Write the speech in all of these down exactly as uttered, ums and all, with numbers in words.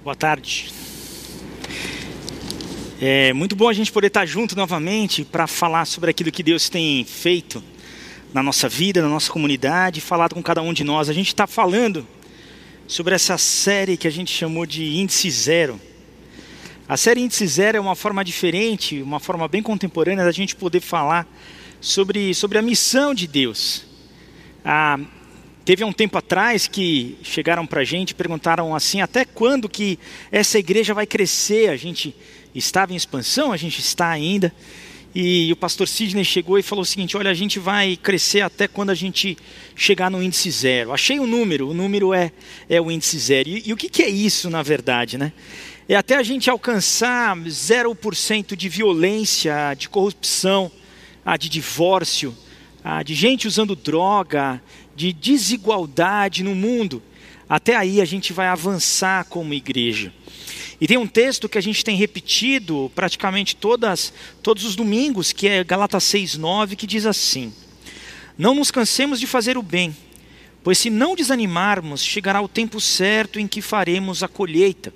Boa tarde. É muito bom a gente poder estar junto novamente para falar sobre aquilo que Deus tem feito na nossa vida, na nossa comunidade, falar com cada um de nós. A gente está falando sobre essa série que a gente chamou de Índice Zero. A série Índice Zero é uma forma diferente, uma forma bem contemporânea da gente poder falar sobre, sobre a missão de Deus. Ah, Teve um tempo atrás que chegaram para a gente e perguntaram assim, até quando que essa igreja vai crescer? A gente estava em expansão, a gente está ainda. E o pastor Sidney chegou e falou o seguinte, olha, a gente vai crescer até quando a gente chegar no índice zero. Achei o número, o número é, é o índice zero. E, e o que, que é isso na verdade, né? É até a gente alcançar zero por cento de violência, de corrupção, de divórcio, de gente usando droga, de desigualdade no mundo. Até aí a gente vai avançar como igreja. E tem um texto que a gente tem repetido praticamente todas, todos os domingos, que é Gálatas seis, nove, que diz assim: não nos cansemos de fazer o bem, pois se não desanimarmos, chegará o tempo certo em que faremos a colheita.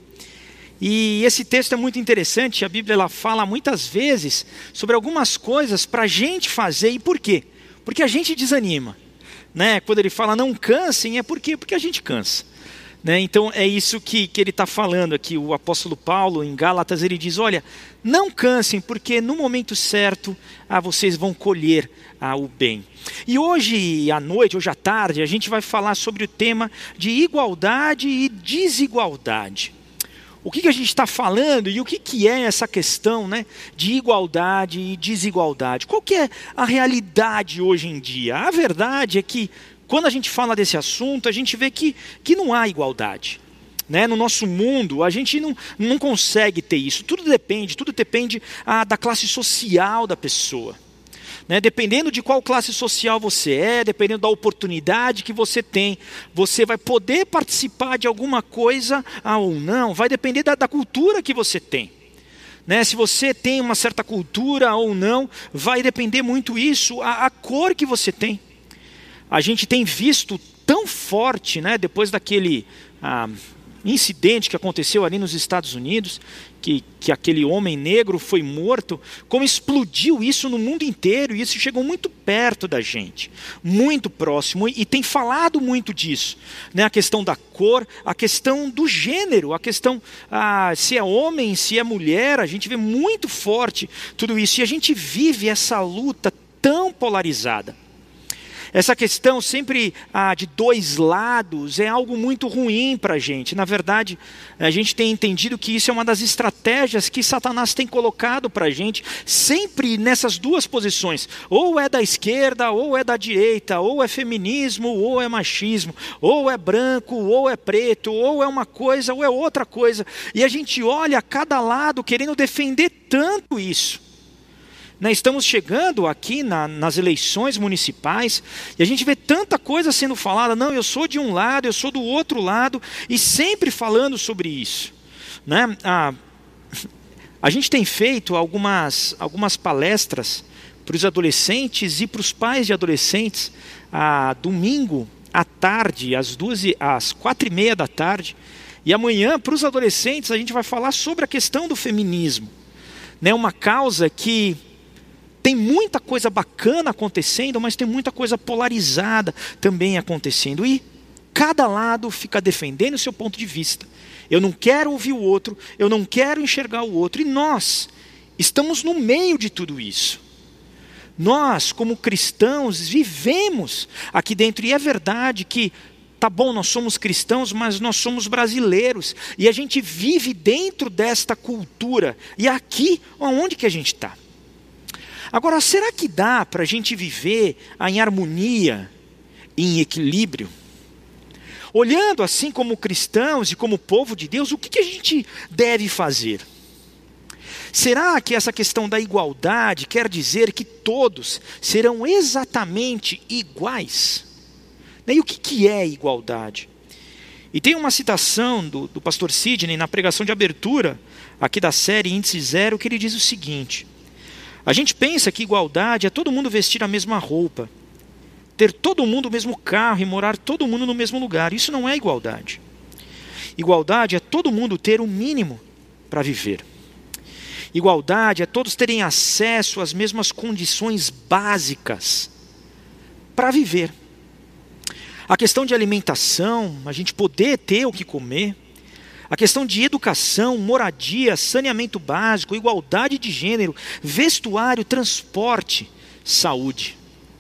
E esse texto é muito interessante, a Bíblia ela fala muitas vezes sobre algumas coisas para a gente fazer. E por quê? Porque a gente desanima. Né? Quando ele fala não cansem, é por quê? Porque a gente cansa. Né? Então é isso que, que ele está falando aqui, o apóstolo Paulo em Gálatas, ele diz, olha, não cansem, porque no momento certo ah, vocês vão colher ah, o bem. E hoje à noite, hoje à tarde, a gente vai falar sobre o tema de igualdade e desigualdade. O que, que a gente está falando e o que, que é essa questão, né, de igualdade e desigualdade? Qual que é a realidade hoje em dia? A verdade é que quando a gente fala desse assunto, a gente vê que, que não há igualdade. Né? No nosso mundo, a gente não, não consegue ter isso. Tudo depende, tudo depende ah, da classe social da pessoa. Né? Dependendo de qual classe social você é, dependendo da oportunidade que você tem, você vai poder participar de alguma coisa ah, ou não, vai depender da, da cultura que você tem. Né? Se você tem uma certa cultura ou não, vai depender muito isso, a, a cor que você tem. A gente tem visto tão forte, né, depois daquele ah, incidente que aconteceu ali nos Estados Unidos, que, que aquele homem negro foi morto, como explodiu isso no mundo inteiro, e isso chegou muito perto da gente, muito próximo, e, e tem falado muito disso, né? A questão da cor, a questão do gênero, a questão ah, se é homem, se é mulher, a gente vê muito forte tudo isso, e a gente vive essa luta tão polarizada. Essa questão sempre ah, de dois lados é algo muito ruim para a gente. Na verdade, a gente tem entendido que isso é uma das estratégias que Satanás tem colocado para a gente, sempre nessas duas posições. Ou é da esquerda, ou é da direita, ou é feminismo, ou é machismo, ou é branco, ou é preto, ou é uma coisa, ou é outra coisa. E a gente olha a cada lado querendo defender tanto isso. Estamos chegando aqui na, nas eleições municipais e a gente vê tanta coisa sendo falada, não, eu sou de um lado, eu sou do outro lado, e sempre falando sobre isso. Né? Ah, a gente tem feito algumas, algumas palestras para os adolescentes e para os pais de adolescentes, ah, domingo à tarde, às, duas, às quatro e meia da tarde, e amanhã para os adolescentes a gente vai falar sobre a questão do feminismo. Né? Uma causa que tem muita coisa bacana acontecendo, mas tem muita coisa polarizada também acontecendo. E cada lado fica defendendo o seu ponto de vista. Eu não quero ouvir o outro, eu não quero enxergar o outro. E nós estamos no meio de tudo isso. Nós, como cristãos, vivemos aqui dentro. E é verdade que, tá bom, nós somos cristãos, mas nós somos brasileiros. E a gente vive dentro desta cultura. E aqui, onde que a gente está? Agora, será que dá para a gente viver em harmonia, em equilíbrio? Olhando assim como cristãos e como povo de Deus, o que, que a gente deve fazer? Será que essa questão da igualdade quer dizer que todos serão exatamente iguais? E o que, que é igualdade? E tem uma citação do, do pastor Sidney na pregação de abertura, aqui da série Índice Zero, que ele diz o seguinte: a gente pensa que igualdade é todo mundo vestir a mesma roupa, ter todo mundo o mesmo carro e morar todo mundo no mesmo lugar. Isso não é igualdade. Igualdade é todo mundo ter o mínimo para viver. Igualdade é todos terem acesso às mesmas condições básicas para viver. A questão de alimentação, a gente poder ter o que comer. A questão de educação, moradia, saneamento básico, igualdade de gênero, vestuário, transporte, saúde.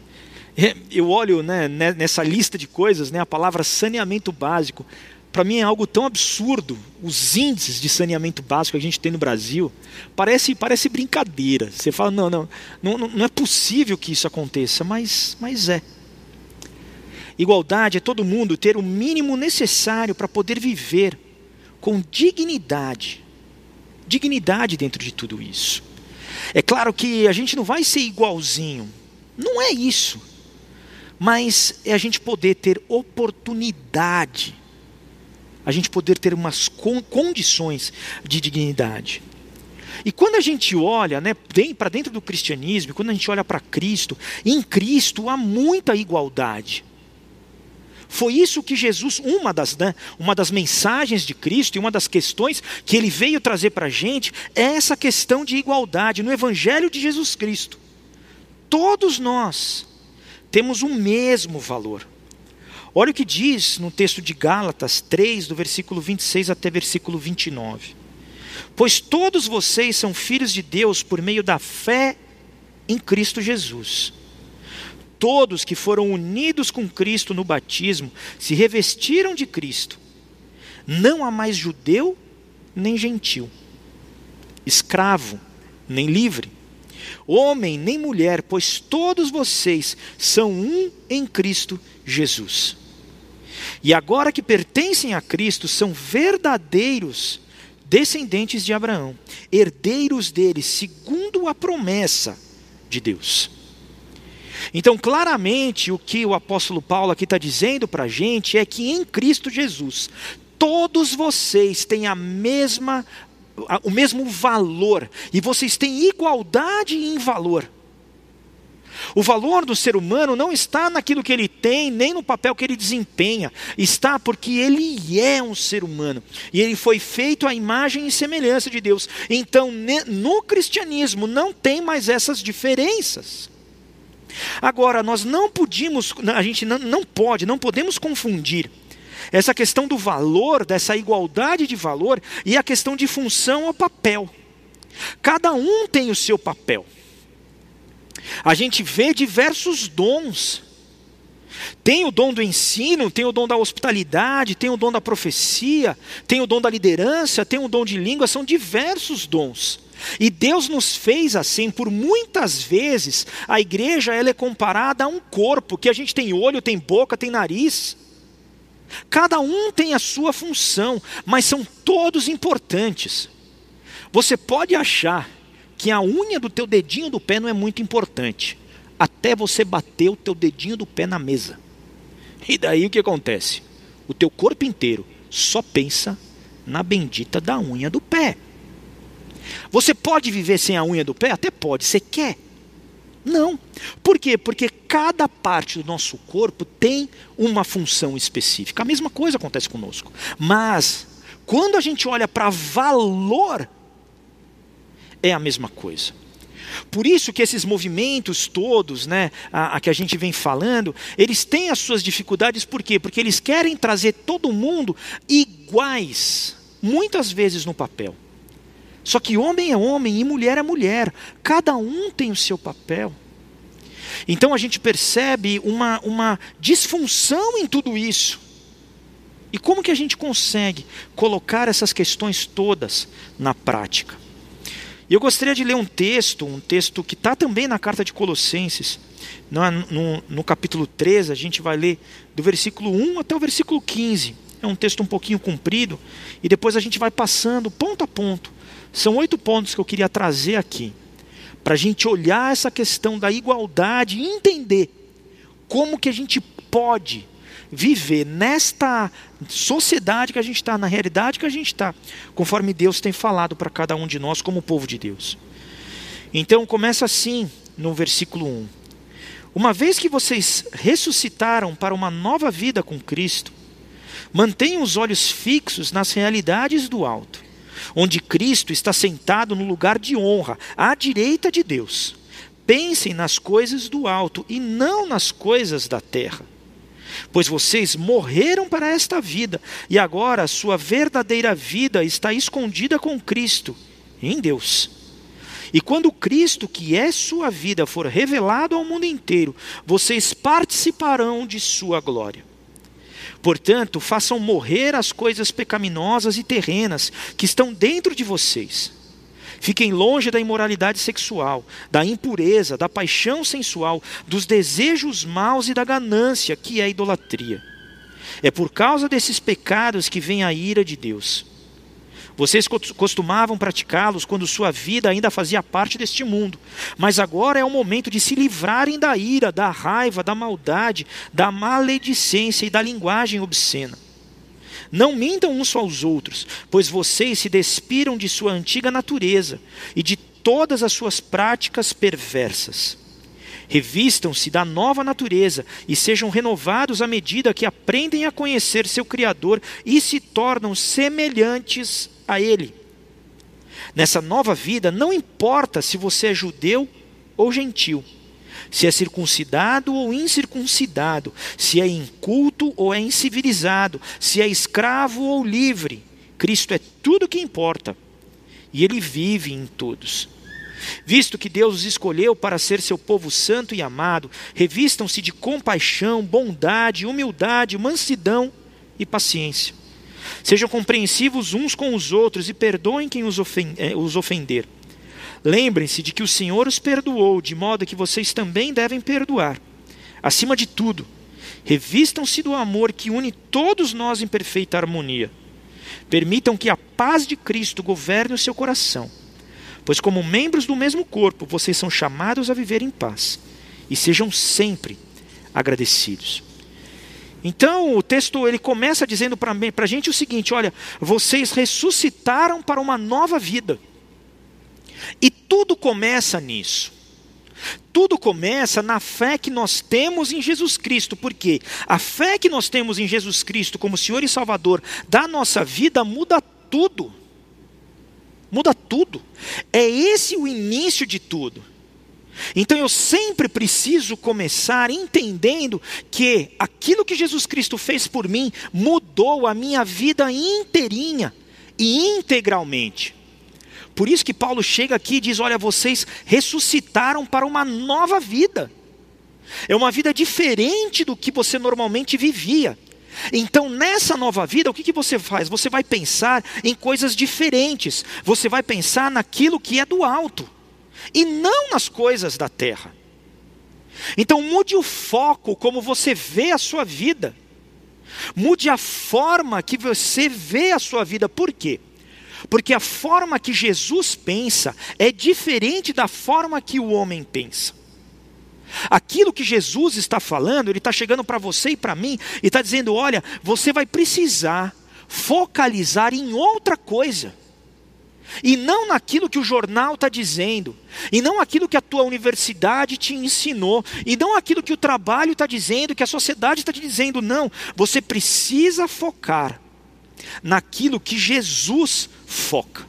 Eu olho, né, nessa lista de coisas, né, a palavra saneamento básico. Para mim é algo tão absurdo. Os índices de saneamento básico que a gente tem no Brasil, parece, parece brincadeira. Você fala, não, não, não, não é possível que isso aconteça, mas, mas é. Igualdade é todo mundo ter o mínimo necessário para poder viver com dignidade. Dignidade dentro de tudo isso. É claro que a gente não vai ser igualzinho. Não é isso. Mas é a gente poder ter oportunidade. A gente poder ter umas condições de dignidade. E quando a gente olha, né, para dentro do cristianismo, quando a gente olha para Cristo, em Cristo há muita igualdade. Foi isso que Jesus, uma das, né, uma das mensagens de Cristo e uma das questões que ele veio trazer para a gente, é essa questão de igualdade no Evangelho de Jesus Cristo. Todos nós temos o mesmo valor. Olha o que diz no texto de Gálatas três, do versículo vinte e seis até versículo vinte e nove. Pois todos vocês são filhos de Deus por meio da fé em Cristo Jesus. Todos que foram unidos com Cristo no batismo se revestiram de Cristo. Não há mais judeu nem gentil, escravo nem livre, homem nem mulher, pois todos vocês são um em Cristo Jesus. E agora que pertencem a Cristo, são verdadeiros descendentes de Abraão, herdeiros dele, segundo a promessa de Deus. Então, claramente, o que o apóstolo Paulo aqui está dizendo para a gente é que em Cristo Jesus, todos vocês têm a mesma, o mesmo valor, e vocês têm igualdade em valor. O valor do ser humano não está naquilo que ele tem, nem no papel que ele desempenha. Está porque ele é um ser humano. E ele foi feito à imagem e semelhança de Deus. Então, no cristianismo, não tem mais essas diferenças. Agora, nós não podíamos, a gente não, não pode, não podemos confundir essa questão do valor, dessa igualdade de valor, e a questão de função ou papel. Cada um tem o seu papel. A gente vê diversos dons. Tem o dom do ensino, tem o dom da hospitalidade, tem o dom da profecia, tem o dom da liderança, tem o dom de língua, são diversos dons. E Deus nos fez assim. Por muitas vezes a igreja ela é comparada a um corpo, que a gente tem olho, tem boca, tem nariz. Cada um tem a sua função, mas são todos importantes. Você pode achar que a unha do teu dedinho do pé não é muito importante, até você bater o teu dedinho do pé na mesa. E daí o que acontece? O teu corpo inteiro só pensa na bendita da unha do pé. Você pode viver sem a unha do pé? Até pode. Você quer? Não. Por quê? Porque cada parte do nosso corpo tem uma função específica. A mesma coisa acontece conosco. Mas, quando a gente olha para valor, é a mesma coisa. Por isso que esses movimentos todos, né, a, a que a gente vem falando, eles têm as suas dificuldades. Por quê? Porque eles querem trazer todo mundo iguais, muitas vezes no papel. Só que homem é homem e mulher é mulher. Cada um tem o seu papel. Então a gente percebe uma, uma disfunção em tudo isso. E como que a gente consegue colocar essas questões todas na prática? E eu gostaria de ler um texto, um texto que está também na carta de Colossenses. No, no, no capítulo treze, a gente vai ler do versículo um até o versículo quinze. É um texto um pouquinho comprido. E depois a gente vai passando ponto a ponto. São oito pontos que eu queria trazer aqui, para a gente olhar essa questão da igualdade e entender como que a gente pode viver nesta sociedade que a gente está, na realidade que a gente está, conforme Deus tem falado para cada um de nós como povo de Deus. Então começa assim no versículo um. Uma vez que vocês ressuscitaram para uma nova vida com Cristo, Mantenham os olhos fixos nas realidades do alto, onde Cristo está sentado no lugar de honra, à direita de Deus. Pensem nas coisas do alto e não nas coisas da terra. Pois vocês morreram para esta vida, e agora a sua verdadeira vida está escondida com Cristo, em Deus. E quando Cristo, que é sua vida, for revelado ao mundo inteiro, vocês participarão de sua glória. Portanto, façam morrer as coisas pecaminosas e terrenas que estão dentro de vocês. Fiquem longe da imoralidade sexual, da impureza, da paixão sensual, dos desejos maus e da ganância, que é a idolatria. É por causa desses pecados que vem a ira de Deus. Vocês costumavam praticá-los quando sua vida ainda fazia parte deste mundo. Mas agora é o momento de se livrarem da ira, da raiva, da maldade, da maledicência e da linguagem obscena. Não mintam uns aos outros, pois vocês se despiram de sua antiga natureza e de todas as suas práticas perversas. Revistam-se da nova natureza e sejam renovados à medida que aprendem a conhecer seu Criador e se tornam semelhantes a Ele. Nessa nova vida, não importa se você é judeu ou gentil, se é circuncidado ou incircuncidado, se é inculto ou é incivilizado, se é escravo ou livre, Cristo é tudo o que importa, e Ele vive em todos. Visto que Deus os escolheu para ser seu povo santo e amado, revistam-se de compaixão, bondade, humildade, mansidão e paciência. Sejam compreensivos uns com os outros e perdoem quem os ofender. Lembrem-se de que o Senhor os perdoou, de modo que vocês também devem perdoar. Acima de tudo, revistam-se do amor que une todos nós em perfeita harmonia. Permitam que a paz de Cristo governe o seu coração, pois como membros do mesmo corpo, vocês são chamados a viver em paz, e sejam sempre agradecidos. Então o texto ele começa dizendo para a gente o seguinte: olha, vocês ressuscitaram para uma nova vida. E tudo começa nisso. Tudo começa na fé que nós temos em Jesus Cristo. Porque a fé que nós temos em Jesus Cristo como Senhor e Salvador da nossa vida muda tudo. Muda tudo. É esse o início de tudo. Então eu sempre preciso começar entendendo que aquilo que Jesus Cristo fez por mim mudou a minha vida inteirinha e integralmente. Por isso que Paulo chega aqui e diz: olha, vocês ressuscitaram para uma nova vida. É uma vida diferente do que você normalmente vivia. Então nessa nova vida, o que, que você faz? Você vai pensar em coisas diferentes. Você vai pensar naquilo que é do alto e não nas coisas da terra. Então mude o foco como você vê a sua vida. Mude a forma que você vê a sua vida. Por quê? Porque a forma que Jesus pensa é diferente da forma que o homem pensa. Aquilo que Jesus está falando, Ele está chegando para você e para mim, e está dizendo: olha, você vai precisar focalizar em outra coisa. E não naquilo que o jornal está dizendo, e não aquilo que a tua universidade te ensinou, e não aquilo que o trabalho está dizendo, que a sociedade está te dizendo. Não, você precisa focar naquilo que Jesus foca.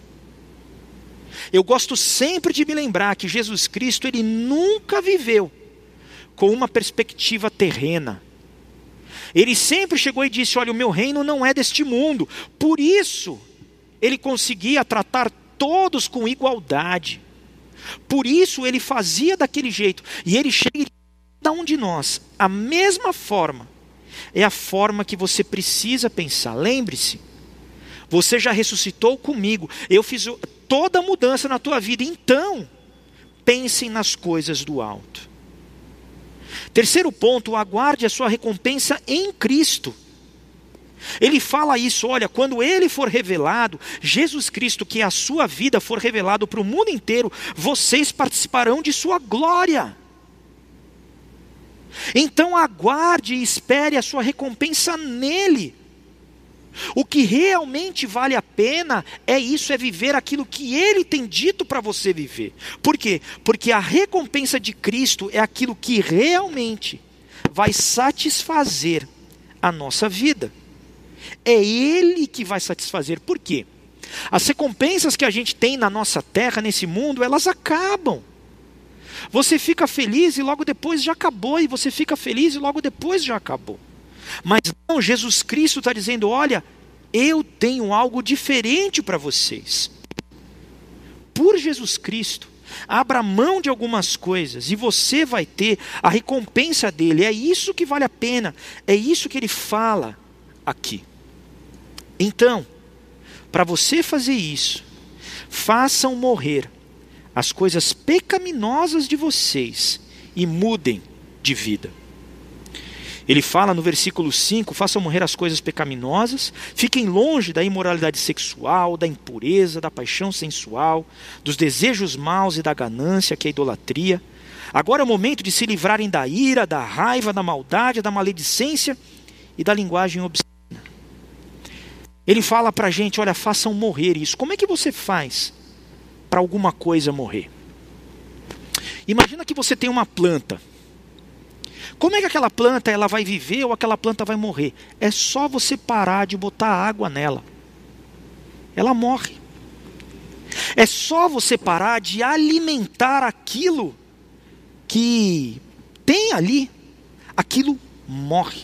Eu gosto sempre de me lembrar que Jesus Cristo, Ele nunca viveu com uma perspectiva terrena. Ele sempre chegou e disse: olha, o meu reino não é deste mundo. Por isso, Ele conseguia tratar todos com igualdade. Por isso, Ele fazia daquele jeito. E Ele chega e diz: cada um de nós, a mesma forma, é a forma que você precisa pensar. Lembre-se, você já ressuscitou comigo, eu fiz toda a mudança na tua vida, então pensem nas coisas do alto. Terceiro ponto: aguarde a sua recompensa em Cristo. Ele fala isso: olha, quando Ele for revelado, Jesus Cristo, que é a sua vida, for revelado para o mundo inteiro, vocês participarão de sua glória. Então aguarde e espere a sua recompensa nele. O que realmente vale a pena é isso, é viver aquilo que Ele tem dito para você viver. Por quê? Porque a recompensa de Cristo é aquilo que realmente vai satisfazer a nossa vida. É Ele que vai satisfazer. Por quê? As recompensas que a gente tem na nossa terra, nesse mundo, elas acabam. Você fica feliz e logo depois já acabou. E você fica feliz e logo depois já acabou. Mas não, Jesus Cristo está dizendo, olha, eu tenho algo diferente para vocês. Por Jesus Cristo, abra mão de algumas coisas e você vai ter a recompensa dele. É isso que vale a pena. É isso que ele fala aqui. Então, para você fazer isso, façam morrer as coisas pecaminosas de vocês e mudem de vida. Ele fala no versículo cinco, façam morrer as coisas pecaminosas, fiquem longe da imoralidade sexual, da impureza, da paixão sensual, dos desejos maus e da ganância, que é a idolatria. Agora é o momento de se livrarem da ira, da raiva, da maldade, da maledicência e da linguagem obscena. Ele fala para a gente, olha, façam morrer isso. Como é que você faz para alguma coisa morrer? Imagina que você tem uma planta. Como é que aquela planta ela vai viver ou aquela planta vai morrer? É só você parar de botar água nela. Ela morre. É só você parar de alimentar aquilo que tem ali. Aquilo morre.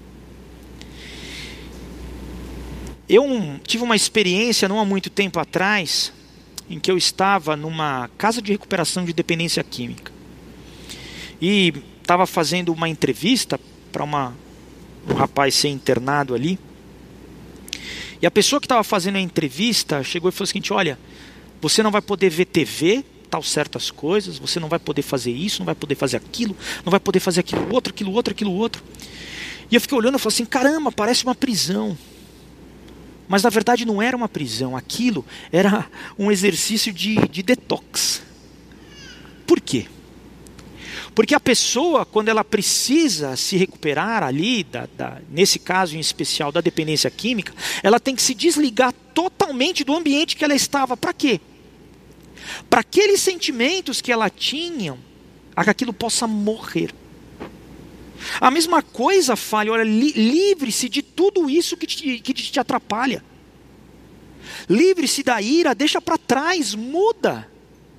Eu tive uma experiência não há muito tempo atrás, em que eu estava numa casa de recuperação de dependência química. E estava fazendo uma entrevista para uma, um rapaz ser internado ali. E a pessoa que estava fazendo a entrevista chegou e falou o seguinte, olha, você não vai poder ver T V, tal certas coisas, você não vai poder fazer isso, não vai poder fazer aquilo, não vai poder fazer aquilo outro, aquilo outro, aquilo outro. E eu fiquei olhando e falei assim, caramba, parece uma prisão. Mas na verdade não era uma prisão, aquilo era um exercício de, de detox. Por quê? Porque a pessoa, quando ela precisa se recuperar ali, da, da, nesse caso em especial da dependência química, ela tem que se desligar totalmente do ambiente que ela estava. Para quê? Para aqueles sentimentos que ela tinha, a que aquilo possa morrer. A mesma coisa, fale, olha, li, livre-se de tudo isso que te, que te atrapalha. Livre-se da ira, deixa para trás, muda.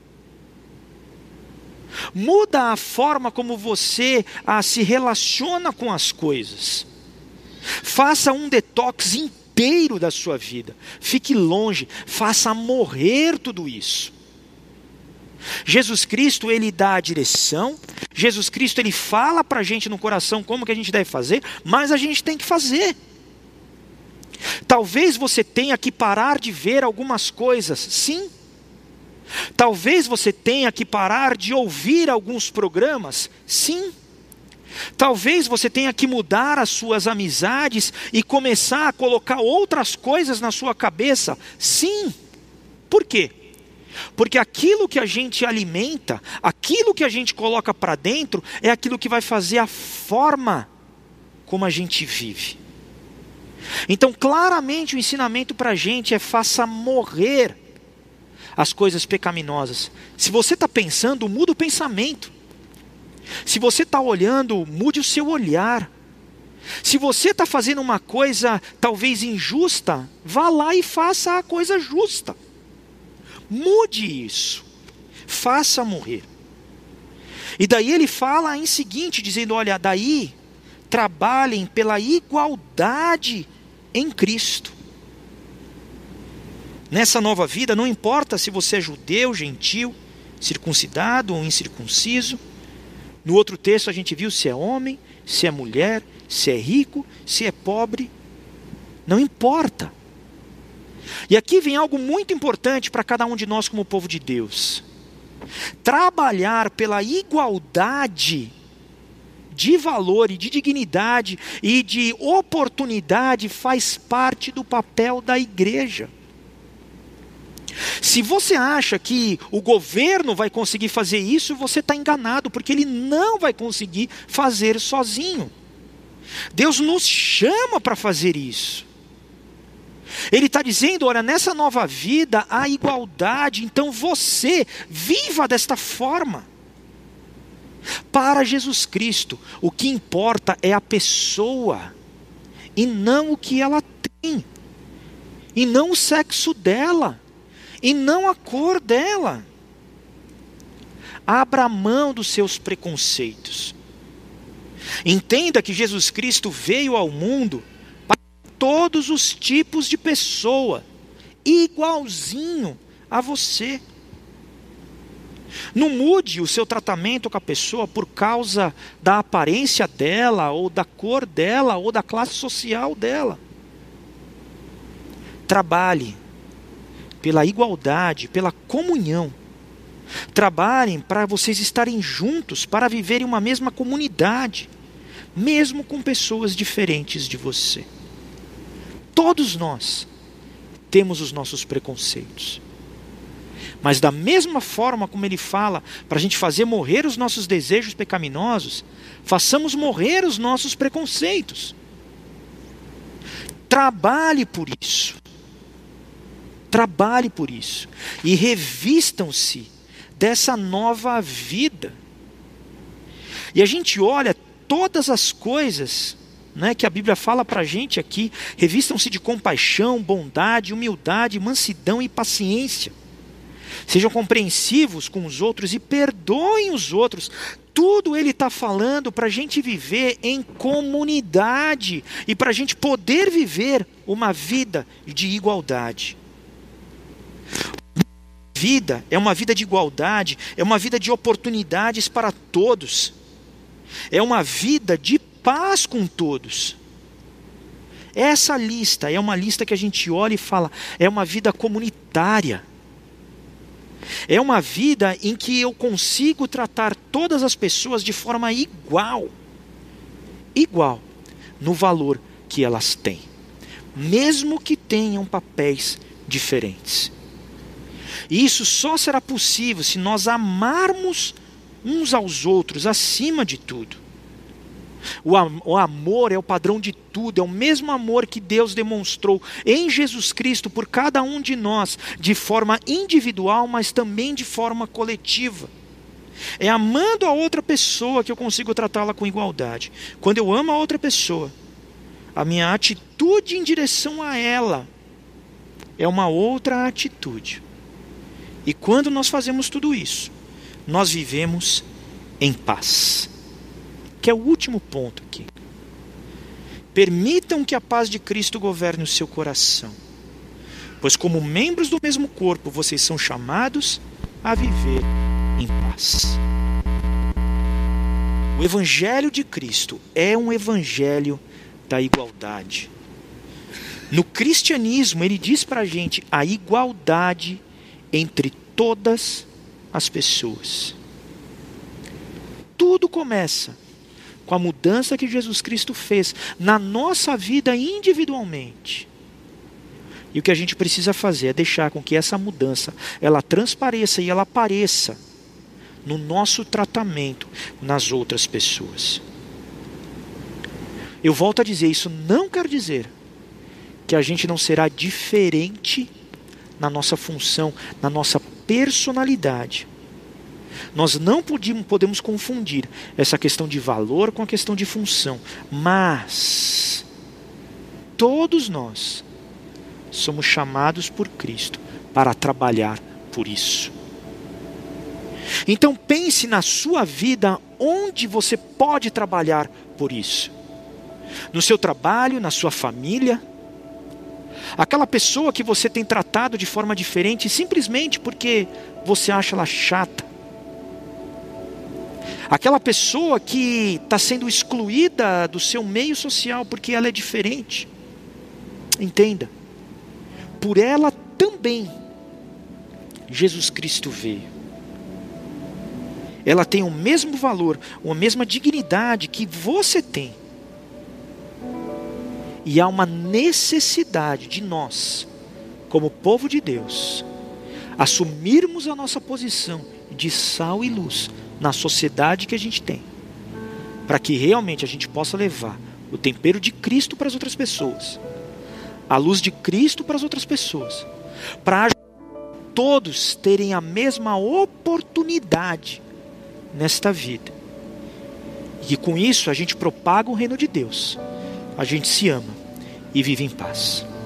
Muda a forma como você ah, se relaciona com as coisas. Faça um detox inteiro da sua vida. Fique longe, faça morrer tudo isso. Jesus Cristo, ele dá a direção. Jesus Cristo, ele fala para a gente no coração como que a gente deve fazer, mas a gente tem que fazer. Talvez você tenha que parar de ver algumas coisas, sim. Talvez você tenha que parar de ouvir alguns programas, sim. Talvez você tenha que mudar as suas amizades e começar a colocar outras coisas na sua cabeça, sim. Por quê? Porque aquilo que a gente alimenta, aquilo que a gente coloca para dentro, é aquilo que vai fazer a forma como a gente vive. Então, claramente, o ensinamento para a gente é faça morrer as coisas pecaminosas. Se você está pensando, muda o pensamento. Se você está olhando, mude o seu olhar. Se você está fazendo uma coisa talvez injusta, vá lá e faça a coisa justa. Mude isso. Faça morrer. E daí ele fala em seguinte, dizendo, olha, daí trabalhem pela igualdade em Cristo. Nessa nova vida, não importa se você é judeu, gentil, circuncidado ou incircunciso. No outro texto a gente viu se é homem, se é mulher, se é rico, se é pobre. Não importa. E aqui vem algo muito importante para cada um de nós como povo de Deus. Trabalhar pela igualdade de valor e de dignidade e de oportunidade faz parte do papel da igreja. Se você acha que o governo vai conseguir fazer isso, você está enganado, porque ele não vai conseguir fazer sozinho. Deus nos chama para fazer isso. Ele está dizendo, olha, nessa nova vida há igualdade, então você viva desta forma. Para Jesus Cristo, o que importa é a pessoa e não o que ela e não o sexo dela, e não a cor dela. Abra mão dos seus preconceitos. Entenda que Jesus Cristo veio ao mundo para todos os tipos de pessoa, igualzinho a você. Não mude o seu tratamento com a pessoa por causa da aparência dela, ou da cor dela, ou da classe social dela. Trabalhe pela igualdade, pela comunhão. Trabalhem para vocês estarem juntos, para viverem uma mesma comunidade, mesmo com pessoas diferentes de você. Todos nós temos os nossos preconceitos. Mas da mesma forma como ele fala para a gente fazer morrer os nossos desejos pecaminosos, façamos morrer os nossos preconceitos. Trabalhe por isso. Trabalhe por isso. E revistam-se dessa nova vida. E a gente olha todas as coisas, né, que a Bíblia fala para a gente aqui. Revistam-se de compaixão, bondade, humildade, mansidão e paciência. Sejam compreensivos com os outros e perdoem os outros. Tudo ele está falando para a gente viver em comunidade e para a gente poder viver uma vida de igualdade. Vida é uma vida de igualdade, é uma vida de oportunidades para todos. É uma vida de paz com todos. Essa lista é uma lista que a gente olha e fala, é uma vida comunitária. É uma vida em que eu consigo tratar todas as pessoas de forma igual. Igual no valor que elas têm. Mesmo que tenham papéis diferentes. E isso só será possível se nós amarmos uns aos outros acima de tudo. O, am- o amor é o padrão de tudo, é o mesmo amor que Deus demonstrou em Jesus Cristo por cada um de nós, de forma individual, mas também de forma coletiva. É amando a outra pessoa que eu consigo tratá-la com igualdade. Quando eu amo a outra pessoa, a minha atitude em direção a ela é uma outra atitude. E quando nós fazemos tudo isso, nós vivemos em paz. Que é o último ponto aqui. Permitam que a paz de Cristo governe o seu coração. Pois como membros do mesmo corpo, vocês são chamados a viver em paz. O Evangelho de Cristo é um evangelho da igualdade. No cristianismo, ele diz para a gente a igualdade entre todas as pessoas. Tudo começa com a mudança que Jesus Cristo fez na nossa vida individualmente. E o que a gente precisa fazer é deixar com que essa mudança, ela transpareça e ela apareça no nosso tratamento nas outras pessoas. Eu volto a dizer, isso não quer dizer que a gente não será diferente na nossa função, na nossa personalidade. Nós não podemos, podemos confundir essa questão de valor com a questão de função. Mas todos nós somos chamados por Cristo para trabalhar por isso. Então pense na sua vida onde você pode trabalhar por isso. No seu trabalho, na sua família. Aquela pessoa que você tem tratado de forma diferente simplesmente porque você acha ela chata. Aquela pessoa que está sendo excluída do seu meio social porque ela é diferente. Entenda. Por ela também Jesus Cristo veio. Ela tem o mesmo valor, a mesma dignidade que você tem. E há uma necessidade de nós, como povo de Deus, assumirmos a nossa posição de sal e luz na sociedade que a gente tem, para que realmente a gente possa levar o tempero de Cristo para as outras pessoas, a luz de Cristo para as outras pessoas, para todos terem a mesma oportunidade nesta vida. E com isso a gente propaga o reino de Deus, a gente se ama e vive em paz.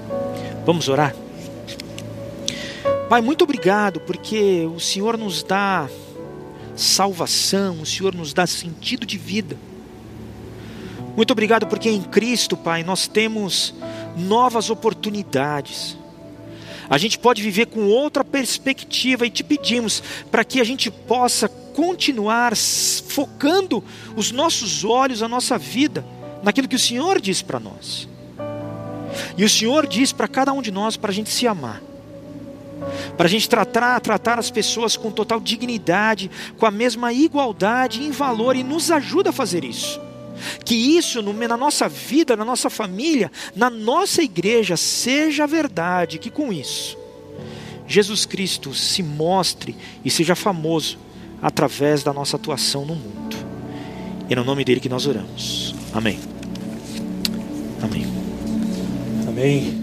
Vamos orar? Pai, muito obrigado, porque o Senhor nos dá salvação, o Senhor nos dá sentido de vida. Muito obrigado porque em Cristo, Pai, nós temos novas oportunidades. A gente pode viver com outra perspectiva e te pedimos para que a gente possa continuar focando os nossos olhos, a nossa vida, naquilo que o Senhor diz para nós. E o Senhor diz para cada um de nós para a gente se amar, para a gente tratar, tratar as pessoas com total dignidade, com a mesma igualdade em valor, e nos ajuda a fazer isso. Que isso no, na nossa vida, na nossa família, na nossa igreja seja verdade, que com isso Jesus Cristo se mostre e seja famoso através da nossa atuação no mundo. E é no nome dele que nós oramos. Amém. Amém. Amém.